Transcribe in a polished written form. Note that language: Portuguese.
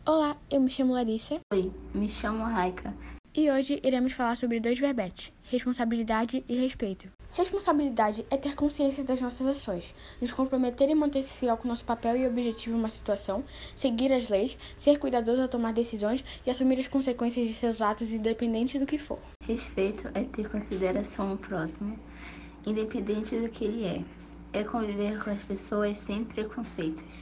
Olá, eu me chamo Larissa Oi, me chamo Raika. e hoje iremos falar sobre dois verbetes, responsabilidade e respeito. Responsabilidade é ter consciência das nossas ações, nos comprometer e manter-se fiel com nosso papel e objetivo em uma situação, seguir as leis, ser cuidadoso ao tomar decisões e assumir as consequências de seus atos independente do que for. Respeito é ter consideração ao próximo, independente do que ele é. É conviver com as pessoas sem preconceitos.